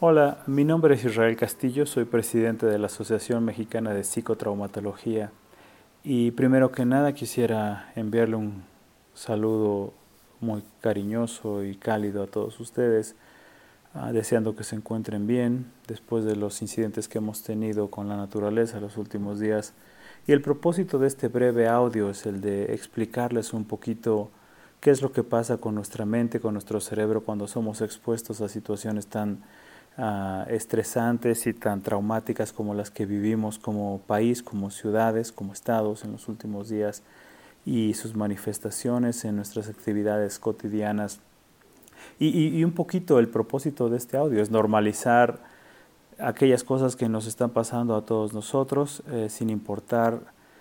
Hola, mi nombre es Israel Castillo, soy presidente de la Asociación Mexicana de Psicotraumatología y primero que nada quisiera enviarle un saludo muy cariñoso y cálido a todos ustedes, deseando que se encuentren bien después de los incidentes que hemos tenido con la naturaleza los últimos días. Y el propósito de este breve audio es el de explicarles un poquito qué es lo que pasa con nuestra mente, con nuestro cerebro cuando somos expuestos a situaciones tan estresantes y tan traumáticas como las que vivimos como país, como ciudades, como estados en los últimos días y sus manifestaciones en nuestras actividades cotidianas. Y un poquito el propósito de este audio es normalizar aquellas cosas que nos están pasando a todos nosotros, sin importar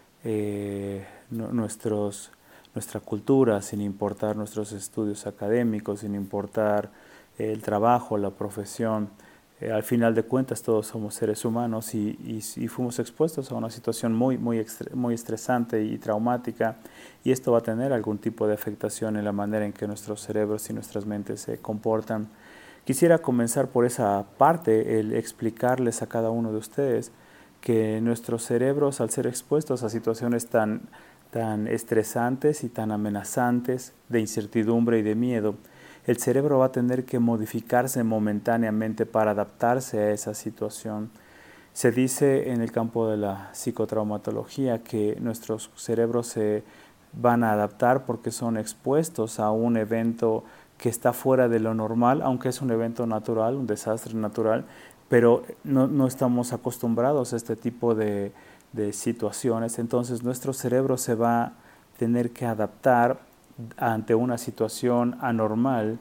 nuestra cultura, sin importar nuestros estudios académicos, sin importar el trabajo, la profesión. Al final de cuentas todos somos seres humanos y fuimos expuestos a una situación muy estresante y traumática, y esto va a tener algún tipo de afectación en la manera en que nuestros cerebros y nuestras mentes se comportan. Quisiera comenzar por esa parte, el explicarles a cada uno de ustedes que nuestros cerebros, al ser expuestos a situaciones tan estresantes y tan amenazantes, de incertidumbre y de miedo, el cerebro va a tener que modificarse momentáneamente para adaptarse a esa situación. Se dice en el campo de la psicotraumatología que nuestros cerebros se van a adaptar porque son expuestos a un evento que está fuera de lo normal, aunque es un evento natural, un desastre natural, pero no estamos acostumbrados a este tipo de situaciones. Entonces nuestro cerebro se va a tener que adaptar ante una situación anormal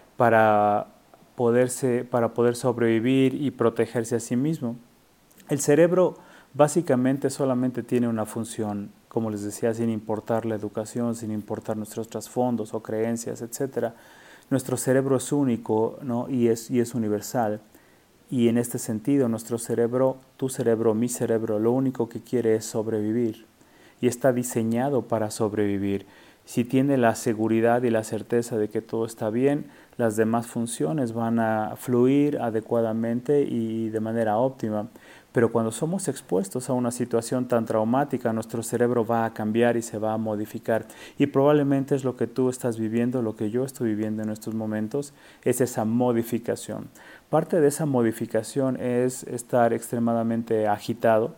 para para poder sobrevivir y protegerse a sí mismo. El cerebro básicamente solamente tiene una función, como les decía, sin importar la educación, sin importar nuestros trasfondos o creencias, etcétera. Nuestro cerebro es único, ¿no? y es universal. Y en este sentido, nuestro cerebro, tu cerebro, mi cerebro, lo único que quiere es sobrevivir. Y está diseñado para sobrevivir. Si tiene la seguridad y la certeza de que todo está bien, las demás funciones van a fluir adecuadamente y de manera óptima. Pero cuando somos expuestos a una situación tan traumática, nuestro cerebro va a cambiar y se va a modificar. Y probablemente es lo que tú estás viviendo, lo que yo estoy viviendo en estos momentos, es esa modificación. Parte de esa modificación es estar extremadamente agitado,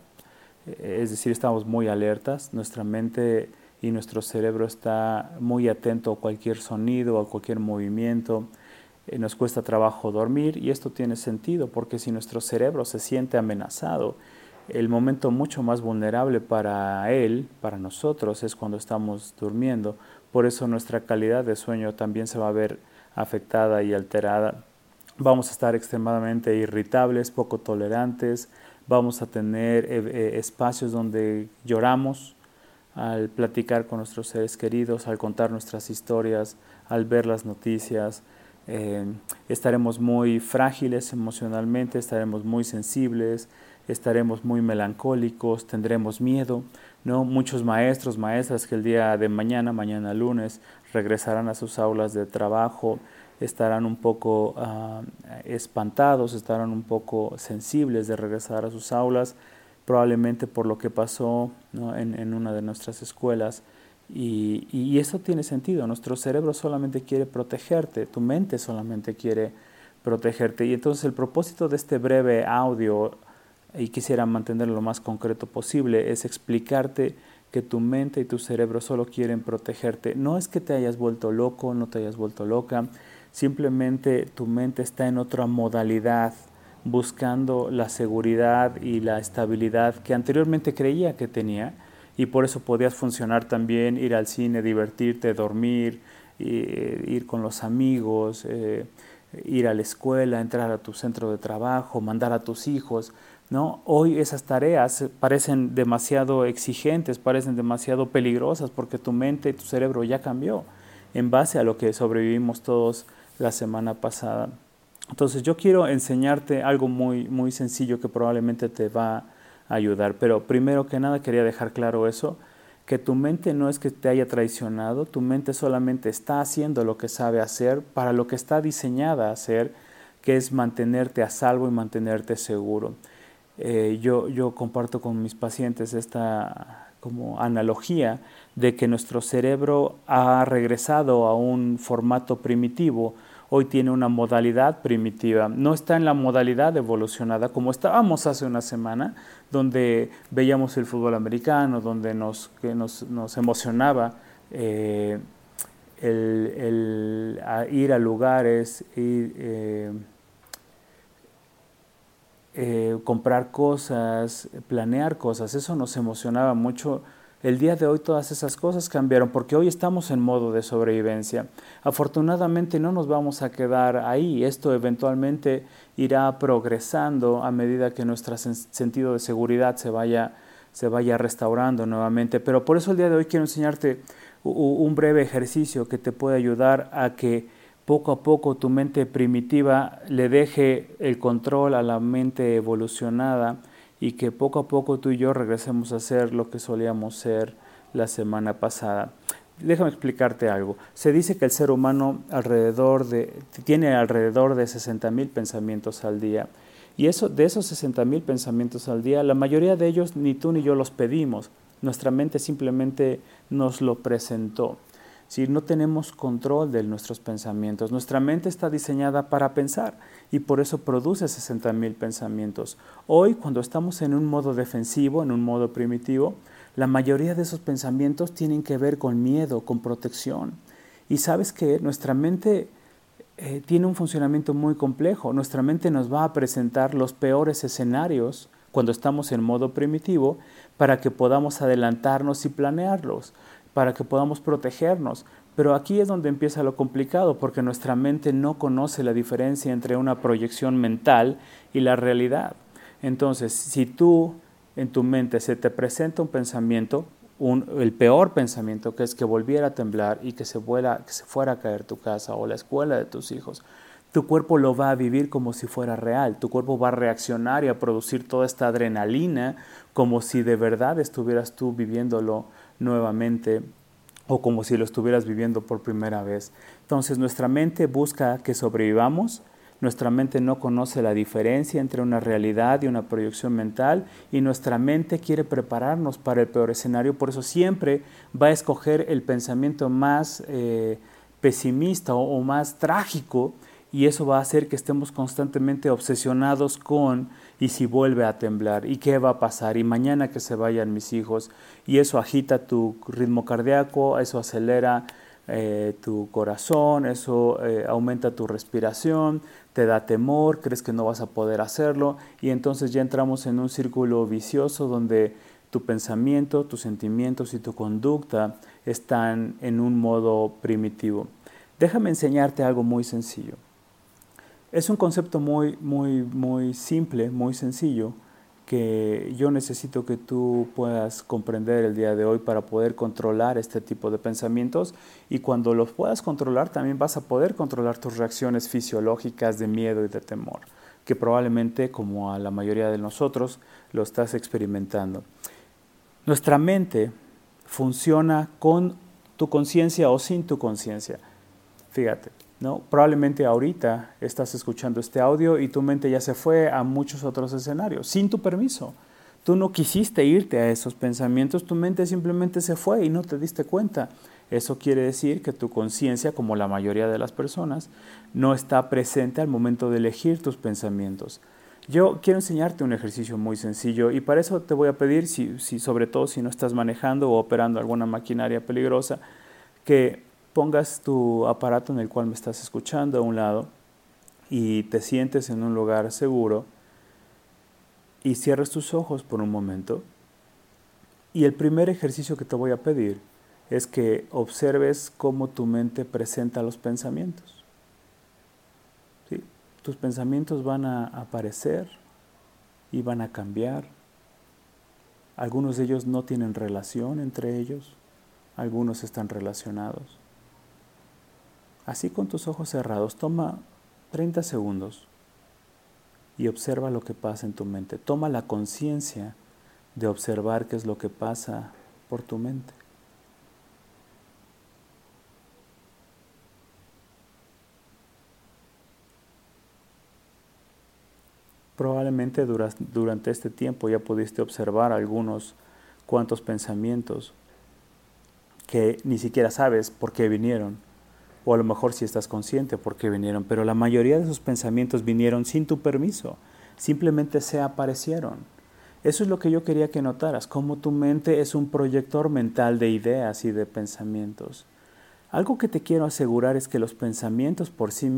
es decir, estamos muy alertas, nuestra mente y nuestro cerebro está muy atento a cualquier sonido, a cualquier movimiento. Nos cuesta trabajo dormir, y esto tiene sentido porque si nuestro cerebro se siente amenazado, el momento mucho más vulnerable para él, para nosotros, es cuando estamos durmiendo. Por eso nuestra calidad de sueño también se va a ver afectada y alterada. Vamos a estar extremadamente irritables, poco tolerantes, vamos a tener espacios donde lloramos al platicar con nuestros seres queridos, al contar nuestras historias, al ver las noticias. eh, Estaremos muy frágiles emocionalmente, estaremos muy sensibles, estaremos muy melancólicos, tendremos miedo, ¿no? Muchos maestros, maestras que el día de mañana lunes, regresarán a sus aulas de trabajo, estarán un poco espantados, estarán un poco sensibles de regresar a sus aulas, probablemente por lo que pasó, ¿no? en una de nuestras escuelas. Y eso tiene sentido, nuestro cerebro solamente quiere protegerte, tu mente solamente quiere protegerte. Y entonces el propósito de este breve audio, y quisiera mantenerlo lo más concreto posible, es explicarte que tu mente y tu cerebro solo quieren protegerte. No es que te hayas vuelto loco, no te hayas vuelto loca, simplemente tu mente está en otra modalidad, buscando la seguridad y la estabilidad que anteriormente creía que tenía, y por eso podías funcionar también, ir al cine, divertirte, dormir, ir con los amigos, ir a la escuela, entrar a tu centro de trabajo, mandar a tus hijos, ¿no? Hoy esas tareas parecen demasiado exigentes, parecen demasiado peligrosas porque tu mente y tu cerebro ya cambió en base a lo que sobrevivimos todos la semana pasada. Entonces yo quiero enseñarte algo muy sencillo que probablemente te va a ayudar, pero primero que nada quería dejar claro eso, que tu mente no es que te haya traicionado, tu mente solamente está haciendo lo que sabe hacer, para lo que está diseñada a hacer, que es mantenerte a salvo y mantenerte seguro. Yo comparto con mis pacientes esta como analogía de que nuestro cerebro ha regresado a un formato primitivo. Hoy tiene una modalidad primitiva, no está en la modalidad evolucionada como estábamos hace una semana, donde veíamos el fútbol americano, donde nos emocionaba ir a lugares, comprar cosas, planear cosas, eso nos emocionaba mucho. El día de hoy todas esas cosas cambiaron porque hoy estamos en modo de sobrevivencia. Afortunadamente no nos vamos a quedar ahí, esto eventualmente irá progresando a medida que nuestro sentido de seguridad se vaya restaurando nuevamente. Pero por eso el día de hoy quiero enseñarte un breve ejercicio que te puede ayudar a que poco a poco tu mente primitiva le deje el control a la mente evolucionada y que poco a poco tú y yo regresemos a ser lo que solíamos ser la semana pasada. Déjame explicarte algo. Se dice que el ser humano tiene alrededor de 60,000 pensamientos al día. Y de esos 60,000 pensamientos al día, la mayoría de ellos ni tú ni yo los pedimos. Nuestra mente simplemente nos lo presentó. Si no tenemos control de nuestros pensamientos, nuestra mente está diseñada para pensar y por eso produce 60,000 pensamientos. Hoy, cuando estamos en un modo defensivo, en un modo primitivo, la mayoría de esos pensamientos tienen que ver con miedo, con protección. Y sabes que nuestra mente tiene un funcionamiento muy complejo. Nuestra mente nos va a presentar los peores escenarios cuando estamos en modo primitivo para que podamos adelantarnos y planearlos, para que podamos protegernos. Pero aquí es donde empieza lo complicado, porque nuestra mente no conoce la diferencia entre una proyección mental y la realidad. Entonces, si tú en tu mente se te presenta un pensamiento, el peor pensamiento, que es que volviera a temblar y que se fuera a caer tu casa o la escuela de tus hijos, tu cuerpo lo va a vivir como si fuera real, tu cuerpo va a reaccionar y a producir toda esta adrenalina como si de verdad estuvieras tú viviéndolo nuevamente o como si lo estuvieras viviendo por primera vez. Entonces nuestra mente busca que sobrevivamos, nuestra mente no conoce la diferencia entre una realidad y una proyección mental y nuestra mente quiere prepararnos para el peor escenario, por eso siempre va a escoger el pensamiento más pesimista o más trágico y eso va a hacer que estemos constantemente obsesionados con y si vuelve a temblar y qué va a pasar y mañana que se vayan mis hijos y eso agita tu ritmo cardíaco, eso acelera tu corazón, eso aumenta tu respiración, te da temor, crees que no vas a poder hacerlo y entonces ya entramos en un círculo vicioso donde tu pensamiento, tus sentimientos y tu conducta están en un modo primitivo. Déjame enseñarte algo muy sencillo. Es un concepto muy simple, muy sencillo, que yo necesito que tú puedas comprender el día de hoy para poder controlar este tipo de pensamientos y cuando los puedas controlar también vas a poder controlar tus reacciones fisiológicas de miedo y de temor, que probablemente como a la mayoría de nosotros lo estás experimentando. Nuestra mente funciona con tu conciencia o sin tu conciencia. Fíjate, ¿no? Probablemente ahorita estás escuchando este audio y tu mente ya se fue a muchos otros escenarios, sin tu permiso. Tú no quisiste irte a esos pensamientos, tu mente simplemente se fue y no te diste cuenta. Eso quiere decir que tu conciencia, como la mayoría de las personas, no está presente al momento de elegir tus pensamientos. Yo quiero enseñarte un ejercicio muy sencillo y para eso te voy a pedir, sobre todo si no estás manejando o operando alguna maquinaria peligrosa, que pongas tu aparato en el cual me estás escuchando a un lado y te sientes en un lugar seguro y cierres tus ojos por un momento. Y el primer ejercicio que te voy a pedir es que observes cómo tu mente presenta los pensamientos. ¿Sí? Tus pensamientos van a aparecer y van a cambiar. Algunos de ellos no tienen relación entre ellos, algunos están relacionados. Así con tus ojos cerrados, toma 30 segundos y observa lo que pasa en tu mente. Toma la conciencia de observar qué es lo que pasa por tu mente. Probablemente durante este tiempo ya pudiste observar algunos cuantos pensamientos que ni siquiera sabes por qué vinieron, o a lo mejor sí estás consciente por qué vinieron, pero la mayoría de esos pensamientos vinieron sin tu permiso, simplemente se aparecieron. Eso es lo que yo quería que notaras, cómo tu mente es un proyector mental de ideas y de pensamientos. Algo que te quiero asegurar es que los pensamientos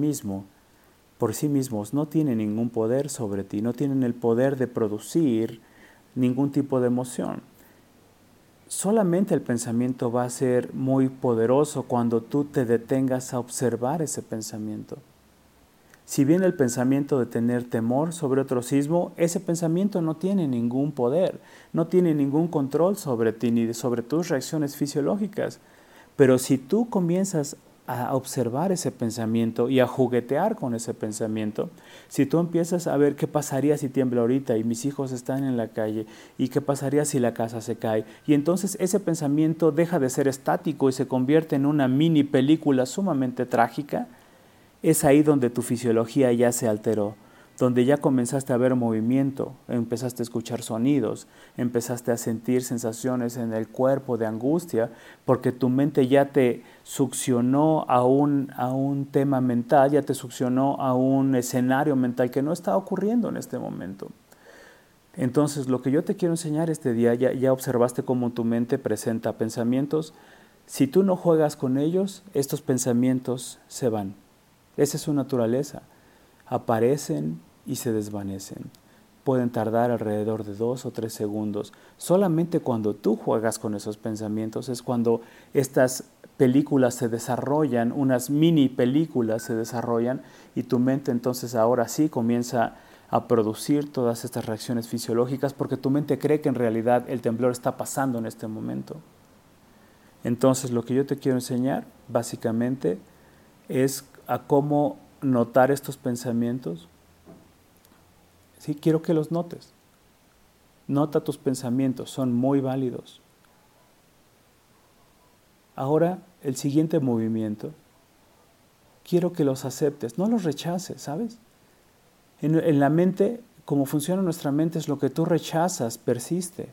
por sí mismos no tienen ningún poder sobre ti, no tienen el poder de producir ningún tipo de emoción. Solamente el pensamiento va a ser muy poderoso cuando tú te detengas a observar ese pensamiento. Si bien el pensamiento de tener temor sobre otro sismo, ese pensamiento no tiene ningún poder, no tiene ningún control sobre ti ni sobre tus reacciones fisiológicas. Pero si tú comienzas a observar ese pensamiento y a juguetear con ese pensamiento, si tú empiezas a ver qué pasaría si tiembla ahorita y mis hijos están en la calle y qué pasaría si la casa se cae, y entonces ese pensamiento deja de ser estático y se convierte en una mini película sumamente trágica, es ahí donde tu fisiología ya se alteró, donde ya comenzaste a ver movimiento, empezaste a escuchar sonidos, empezaste a sentir sensaciones en el cuerpo de angustia, porque tu mente ya te succionó a un tema mental, ya te succionó a un escenario mental que no está ocurriendo en este momento. Entonces, lo que yo te quiero enseñar este día, ya observaste cómo tu mente presenta pensamientos. Si tú no juegas con ellos, estos pensamientos se van. Esa es su naturaleza. Aparecen y se desvanecen. Pueden tardar alrededor de 2 o 3 segundos. Solamente cuando tú juegas con esos pensamientos es cuando estas películas se desarrollan, unas mini películas se desarrollan y tu mente entonces ahora sí comienza a producir todas estas reacciones fisiológicas porque tu mente cree que en realidad el temblor está pasando en este momento. Entonces lo que yo te quiero enseñar básicamente es a cómo notar estos pensamientos. Sí, quiero que los notes. Nota tus pensamientos, son muy válidos. Ahora, el siguiente movimiento, quiero que los aceptes, no los rechaces, ¿sabes? En la mente, como funciona nuestra mente, es lo que tú rechazas, persiste.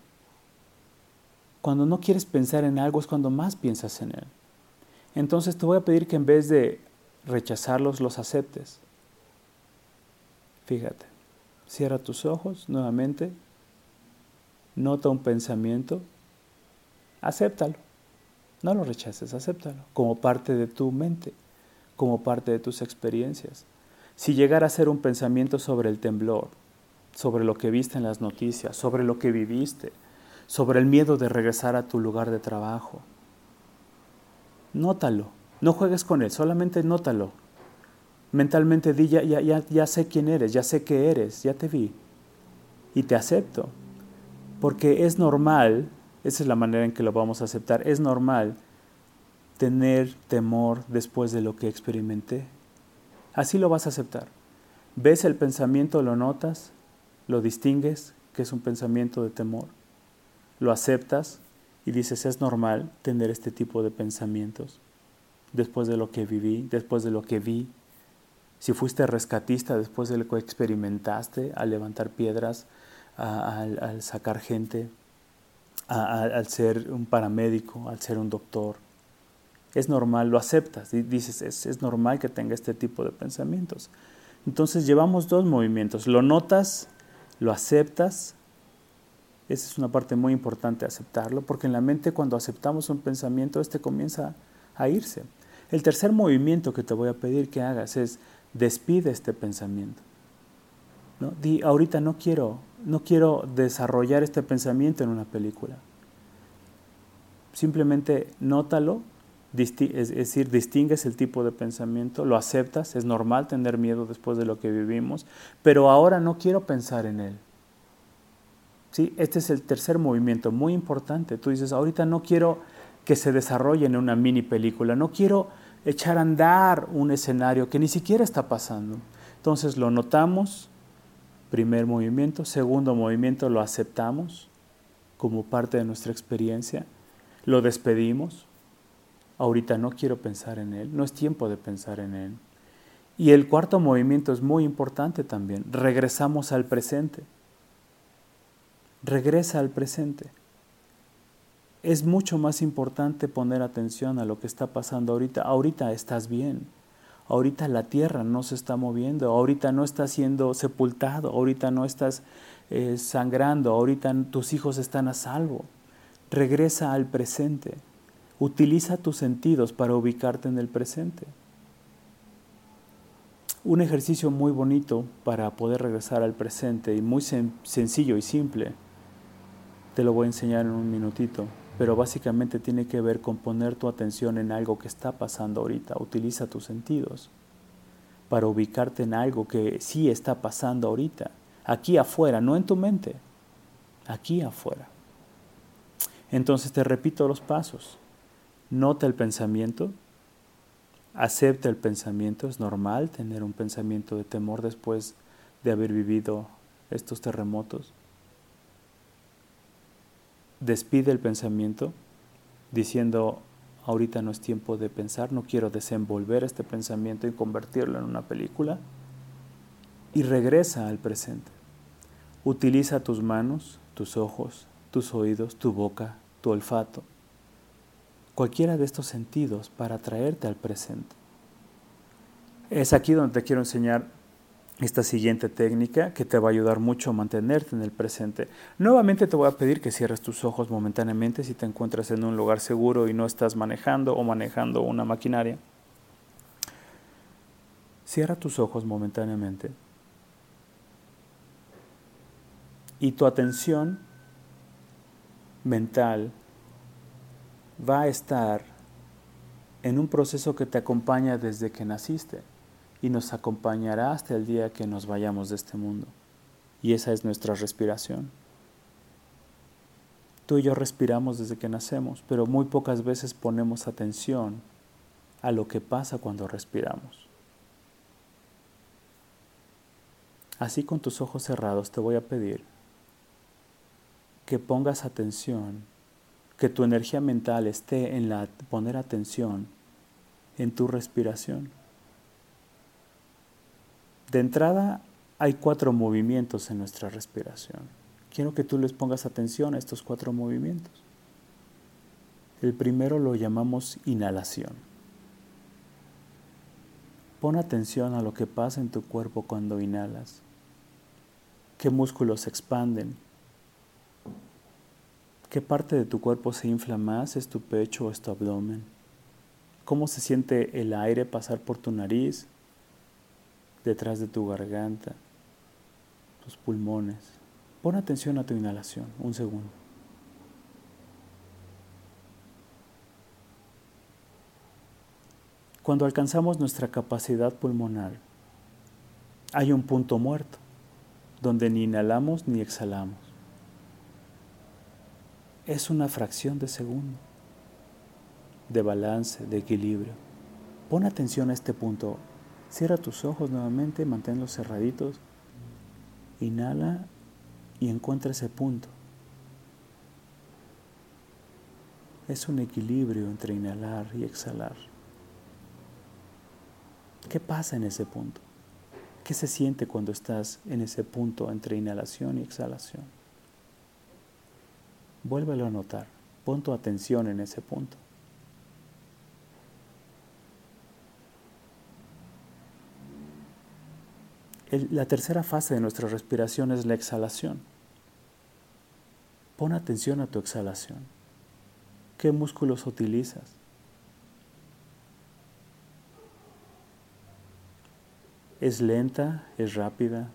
Cuando no quieres pensar en algo es cuando más piensas en él. Entonces te voy a pedir que en vez de rechazarlos, los aceptes. Fíjate, cierra tus ojos nuevamente, nota un pensamiento, acéptalo. No lo rechaces, acéptalo como parte de tu mente, como parte de tus experiencias. Si llegara a ser un pensamiento sobre el temblor, sobre lo que viste en las noticias, sobre lo que viviste, sobre el miedo de regresar a tu lugar de trabajo, nótalo, no juegues con él, solamente nótalo. Mentalmente di, ya sé quién eres, ya sé qué eres, ya te vi y te acepto. Porque es normal, esa es la manera en que lo vamos a aceptar, es normal tener temor después de lo que experimenté. Así lo vas a aceptar. ¿Ves el pensamiento, lo notas, lo distingues, que es un pensamiento de temor? Lo aceptas y dices, es normal tener este tipo de pensamientos después de lo que viví, después de lo que vi. Si fuiste rescatista después de lo que experimentaste al levantar piedras, al sacar gente, al ser un paramédico, al ser un doctor, es normal, lo aceptas, dices, es normal que tenga este tipo de pensamientos. Entonces llevamos dos movimientos, lo notas, lo aceptas. Esa es una parte muy importante, aceptarlo, porque en la mente cuando aceptamos un pensamiento, este comienza a irse. El tercer movimiento que te voy a pedir que hagas es despide este pensamiento. ¿No? Di, ahorita no quiero desarrollar este pensamiento en una película. Simplemente nótalo, es decir, distingues el tipo de pensamiento, lo aceptas, es normal tener miedo después de lo que vivimos, pero ahora no quiero pensar en él. ¿Sí? Este es el tercer movimiento, muy importante. Tú dices, ahorita no quiero que se desarrolle en una mini película, no quiero echar a andar un escenario que ni siquiera está pasando. Entonces lo notamos, primer movimiento. Segundo movimiento, lo aceptamos como parte de nuestra experiencia. Lo despedimos. Ahorita no quiero pensar en él, no es tiempo de pensar en él. Y el cuarto movimiento es muy importante también. Regresamos al presente. Regresa al presente. Es mucho más importante poner atención a lo que está pasando ahorita. Ahorita estás bien. Ahorita la tierra no se está moviendo. Ahorita no estás siendo sepultado. Ahorita no estás sangrando. Ahorita tus hijos están a salvo. Regresa al presente. Utiliza tus sentidos para ubicarte en el presente. Un ejercicio muy bonito para poder regresar al presente y muy sencillo y simple, te lo voy a enseñar en un minutito, pero básicamente tiene que ver con poner tu atención en algo que está pasando ahorita. Utiliza tus sentidos para ubicarte en algo que sí está pasando ahorita, aquí afuera, no en tu mente, aquí afuera. Entonces te repito los pasos. Nota el pensamiento. Acepta el pensamiento, es normal tener un pensamiento de temor después de haber vivido estos terremotos. Despide el pensamiento diciendo, ahorita no es tiempo de pensar, no quiero desenvolver este pensamiento y convertirlo en una película. Y regresa al presente. Utiliza tus manos, tus ojos, tus oídos, tu boca, tu olfato, cualquiera de estos sentidos para traerte al presente. Es aquí donde te quiero enseñar esta siguiente técnica que te va a ayudar mucho a mantenerte en el presente. Nuevamente te voy a pedir que cierres tus ojos momentáneamente si te encuentras en un lugar seguro y no estás manejando o manejando una maquinaria. Cierra tus ojos momentáneamente y tu atención mental va a estar en un proceso que te acompaña desde que naciste y nos acompañará hasta el día que nos vayamos de este mundo. Y esa es nuestra respiración. Tú y yo respiramos desde que nacemos, pero muy pocas veces ponemos atención a lo que pasa cuando respiramos. Así con tus ojos cerrados te voy a pedir que pongas atención, que tu energía mental esté en poner atención en tu respiración. De entrada, hay 4 movimientos en nuestra respiración. Quiero que tú les pongas atención a estos 4 movimientos. El primero lo llamamos inhalación. Pon atención a lo que pasa en tu cuerpo cuando inhalas. ¿Qué músculos se expanden? ¿Qué parte de tu cuerpo se infla más? ¿Es tu pecho o es tu abdomen? ¿Cómo se siente el aire pasar por tu nariz, detrás de tu garganta, tus pulmones? Pon atención a tu inhalación, un segundo. Cuando alcanzamos nuestra capacidad pulmonar, hay un punto muerto, donde ni inhalamos ni exhalamos. Es una fracción de segundo, de balance, de equilibrio. Pon atención a este punto. Cierra tus ojos nuevamente, manténlos cerraditos. Inhala y encuentra ese punto. Es un equilibrio entre inhalar y exhalar. ¿Qué pasa en ese punto? ¿Qué se siente cuando estás en ese punto entre inhalación y exhalación? Vuélvelo a notar. Pon tu atención en ese punto. La tercera fase de nuestra respiración es la exhalación. Pon atención a tu exhalación. ¿Qué músculos utilizas? ¿Es lenta? ¿Es rápida?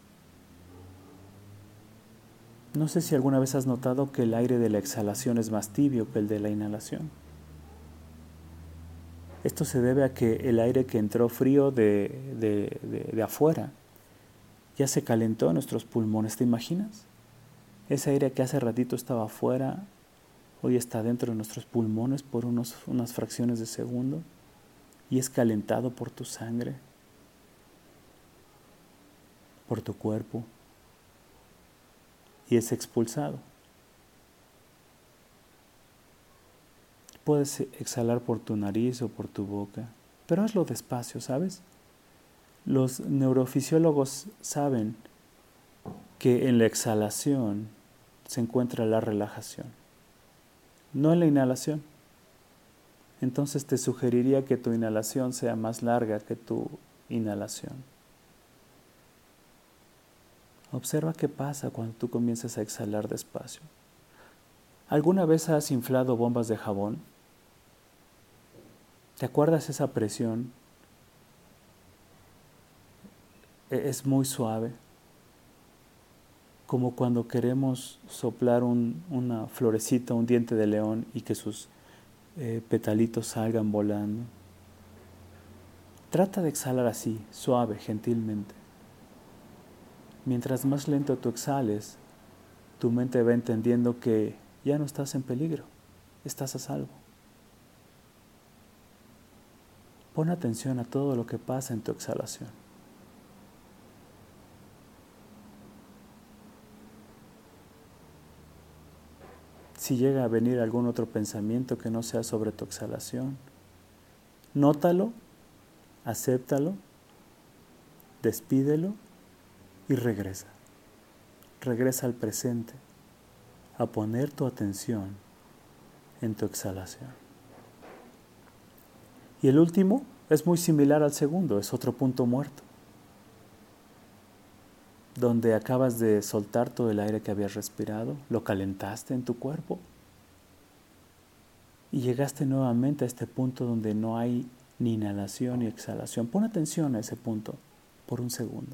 No sé si alguna vez has notado que el aire de la exhalación es más tibio que el de la inhalación. Esto se debe a que el aire que entró frío de afuera ya se calentó en nuestros pulmones, ¿te imaginas? Ese aire que hace ratito estaba afuera, hoy está dentro de nuestros pulmones por unas fracciones de segundo y es calentado por tu sangre, por tu cuerpo y es expulsado. Puedes exhalar por tu nariz o por tu boca, pero hazlo despacio, ¿sabes? Los neurofisiólogos saben que en la exhalación se encuentra la relajación, no en la inhalación. Entonces te sugeriría que tu inhalación sea más larga que tu inhalación. Observa qué pasa cuando tú comienzas a exhalar despacio. ¿Alguna vez has inflado bombas de jabón? ¿Te acuerdas esa presión? Es muy suave, como cuando queremos soplar una florecita, un diente de león y que sus petalitos salgan volando. Trata de exhalar así, suave, gentilmente. Mientras más lento tú exhales, tu mente va entendiendo que ya no estás en peligro, estás a salvo. Pon atención a todo lo que pasa en tu exhalación. Si llega a venir algún otro pensamiento que no sea sobre tu exhalación, nótalo, acéptalo, despídelo y regresa. Regresa al presente, a poner tu atención en tu exhalación. Y el último es muy similar al segundo, es otro punto muerto, donde acabas de soltar todo el aire que habías respirado, lo calentaste en tu cuerpo y llegaste nuevamente a este punto donde no hay ni inhalación ni exhalación. Pon atención a ese punto por un segundo.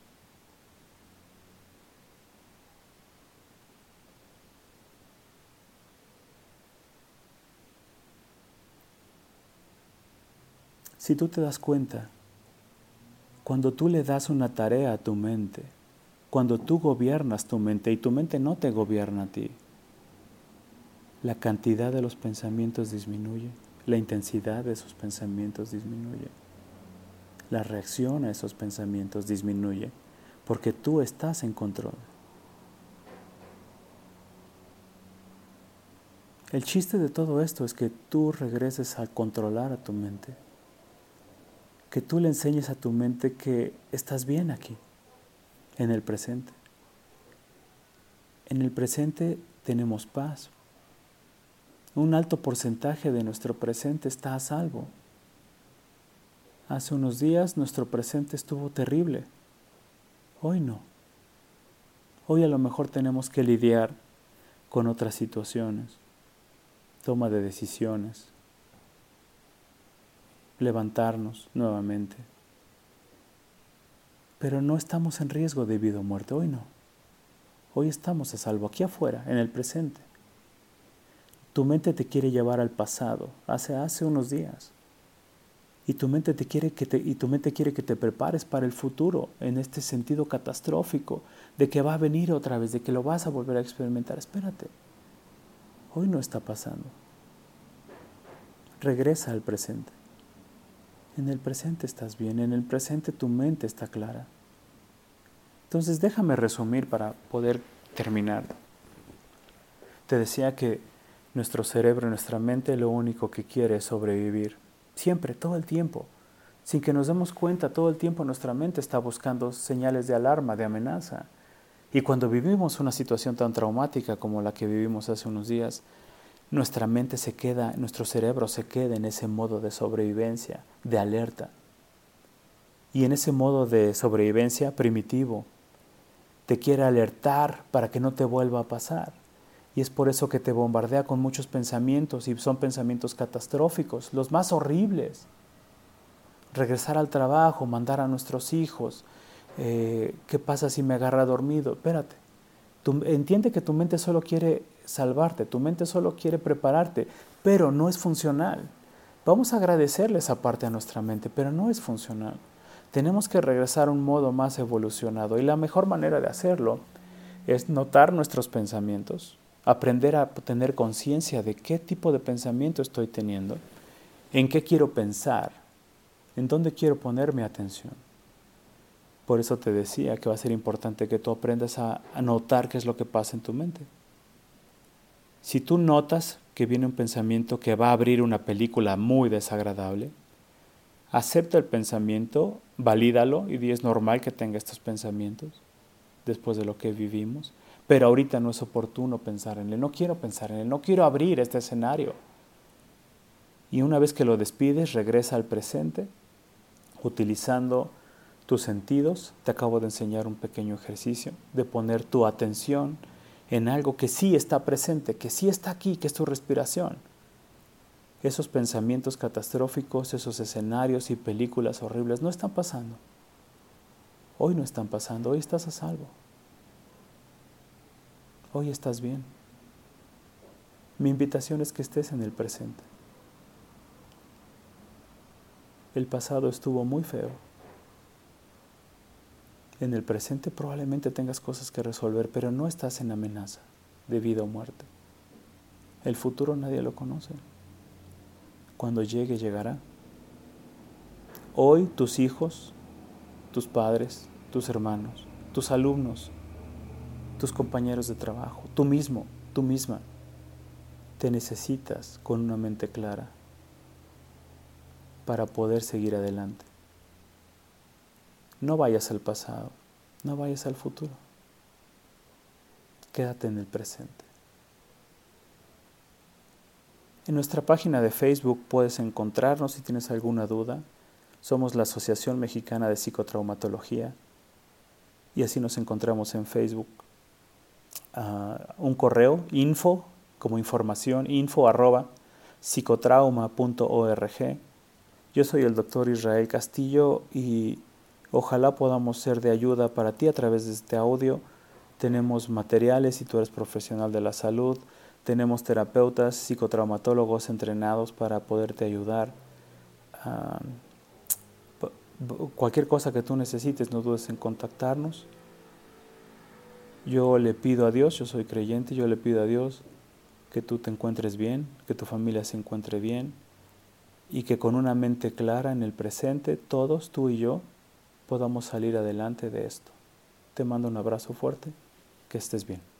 Si tú te das cuenta, cuando tú le das una tarea a tu mente, cuando tú gobiernas tu mente y tu mente no te gobierna a ti, la cantidad de los pensamientos disminuye, la intensidad de esos pensamientos disminuye, la reacción a esos pensamientos disminuye, porque tú estás en control. El chiste de todo esto es que tú regreses a controlar a tu mente, que tú le enseñes a tu mente que estás bien aquí, en el presente. En el presente tenemos paz. Un alto porcentaje de nuestro presente está a salvo. Hace unos días nuestro presente estuvo terrible. Hoy no. Hoy a lo mejor tenemos que lidiar con otras situaciones, toma de decisiones, levantarnos nuevamente. Pero no estamos en riesgo de vida o muerte, hoy no. Hoy estamos a salvo, aquí afuera, en el presente. Tu mente te quiere llevar al pasado, hace unos días. Y tu mente quiere que te prepares para el futuro, en este sentido catastrófico, de que va a venir otra vez, de que lo vas a volver a experimentar. Espérate, hoy no está pasando. Regresa al presente. En el presente estás bien, en el presente tu mente está clara. Entonces déjame resumir para poder terminar. Te decía que nuestro cerebro, nuestra mente, lo único que quiere es sobrevivir. Siempre, todo el tiempo. Sin que nos demos cuenta, todo el tiempo nuestra mente está buscando señales de alarma, de amenaza. Y cuando vivimos una situación tan traumática como la que vivimos hace unos días, nuestra mente se queda, nuestro cerebro se queda en ese modo de sobrevivencia, de alerta. Y en ese modo de sobrevivencia primitivo, te quiere alertar para que no te vuelva a pasar. Y es por eso que te bombardea con muchos pensamientos, y son pensamientos catastróficos, los más horribles. Regresar al trabajo, mandar a nuestros hijos, ¿qué pasa si me agarra dormido? Espérate, entiende que tu mente solo quiere salvarte, tu mente solo quiere prepararte, pero no es funcional. Vamos a agradecerle esa parte a nuestra mente, pero no es funcional. Tenemos que regresar a un modo más evolucionado, y la mejor manera de hacerlo es notar nuestros pensamientos, aprender a tener conciencia de qué tipo de pensamiento estoy teniendo, en qué quiero pensar, en dónde quiero poner mi atención. Por eso te decía que va a ser importante que tú aprendas a notar qué es lo que pasa en tu mente. Si tú notas que viene un pensamiento que va a abrir una película muy desagradable, Acepta el pensamiento, valídalo y di es normal que tenga estos pensamientos después de lo que vivimos, pero ahorita no es oportuno pensar en él, no quiero pensar en él, no quiero abrir este escenario. Y una vez que lo despides, regresa al presente utilizando tus sentidos. Te acabo de enseñar un pequeño ejercicio de poner tu atención en algo que sí está presente, que sí está aquí, que es tu respiración. Esos pensamientos catastróficos, esos escenarios y películas horribles no están pasando. Hoy no están pasando, hoy estás a salvo. Hoy estás bien. Mi invitación es que estés en el presente. El pasado estuvo muy feo. En el presente probablemente tengas cosas que resolver, pero no estás en amenaza de vida o muerte. El futuro nadie lo conoce. Cuando llegue, llegará. Hoy tus hijos, tus padres, tus hermanos, tus alumnos, tus compañeros de trabajo, tú mismo, tú misma, te necesitas con una mente clara para poder seguir adelante. No vayas al pasado, no vayas al futuro. Quédate en el presente. En nuestra página de Facebook puedes encontrarnos si tienes alguna duda. Somos la Asociación Mexicana de Psicotraumatología y así nos encontramos en Facebook. Un correo, info, como información, info@psicotrauma.org. Yo soy el doctor Israel Castillo y ojalá podamos ser de ayuda para ti a través de este audio. Tenemos materiales si tú eres profesional de la salud. Tenemos terapeutas, psicotraumatólogos entrenados para poderte ayudar. Cualquier cosa que tú necesites, no dudes en contactarnos. Yo le pido a Dios, yo soy creyente, yo le pido a Dios que tú te encuentres bien, que tu familia se encuentre bien y que con una mente clara en el presente, todos, tú y yo, podamos salir adelante de esto. Te mando un abrazo fuerte, que estés bien.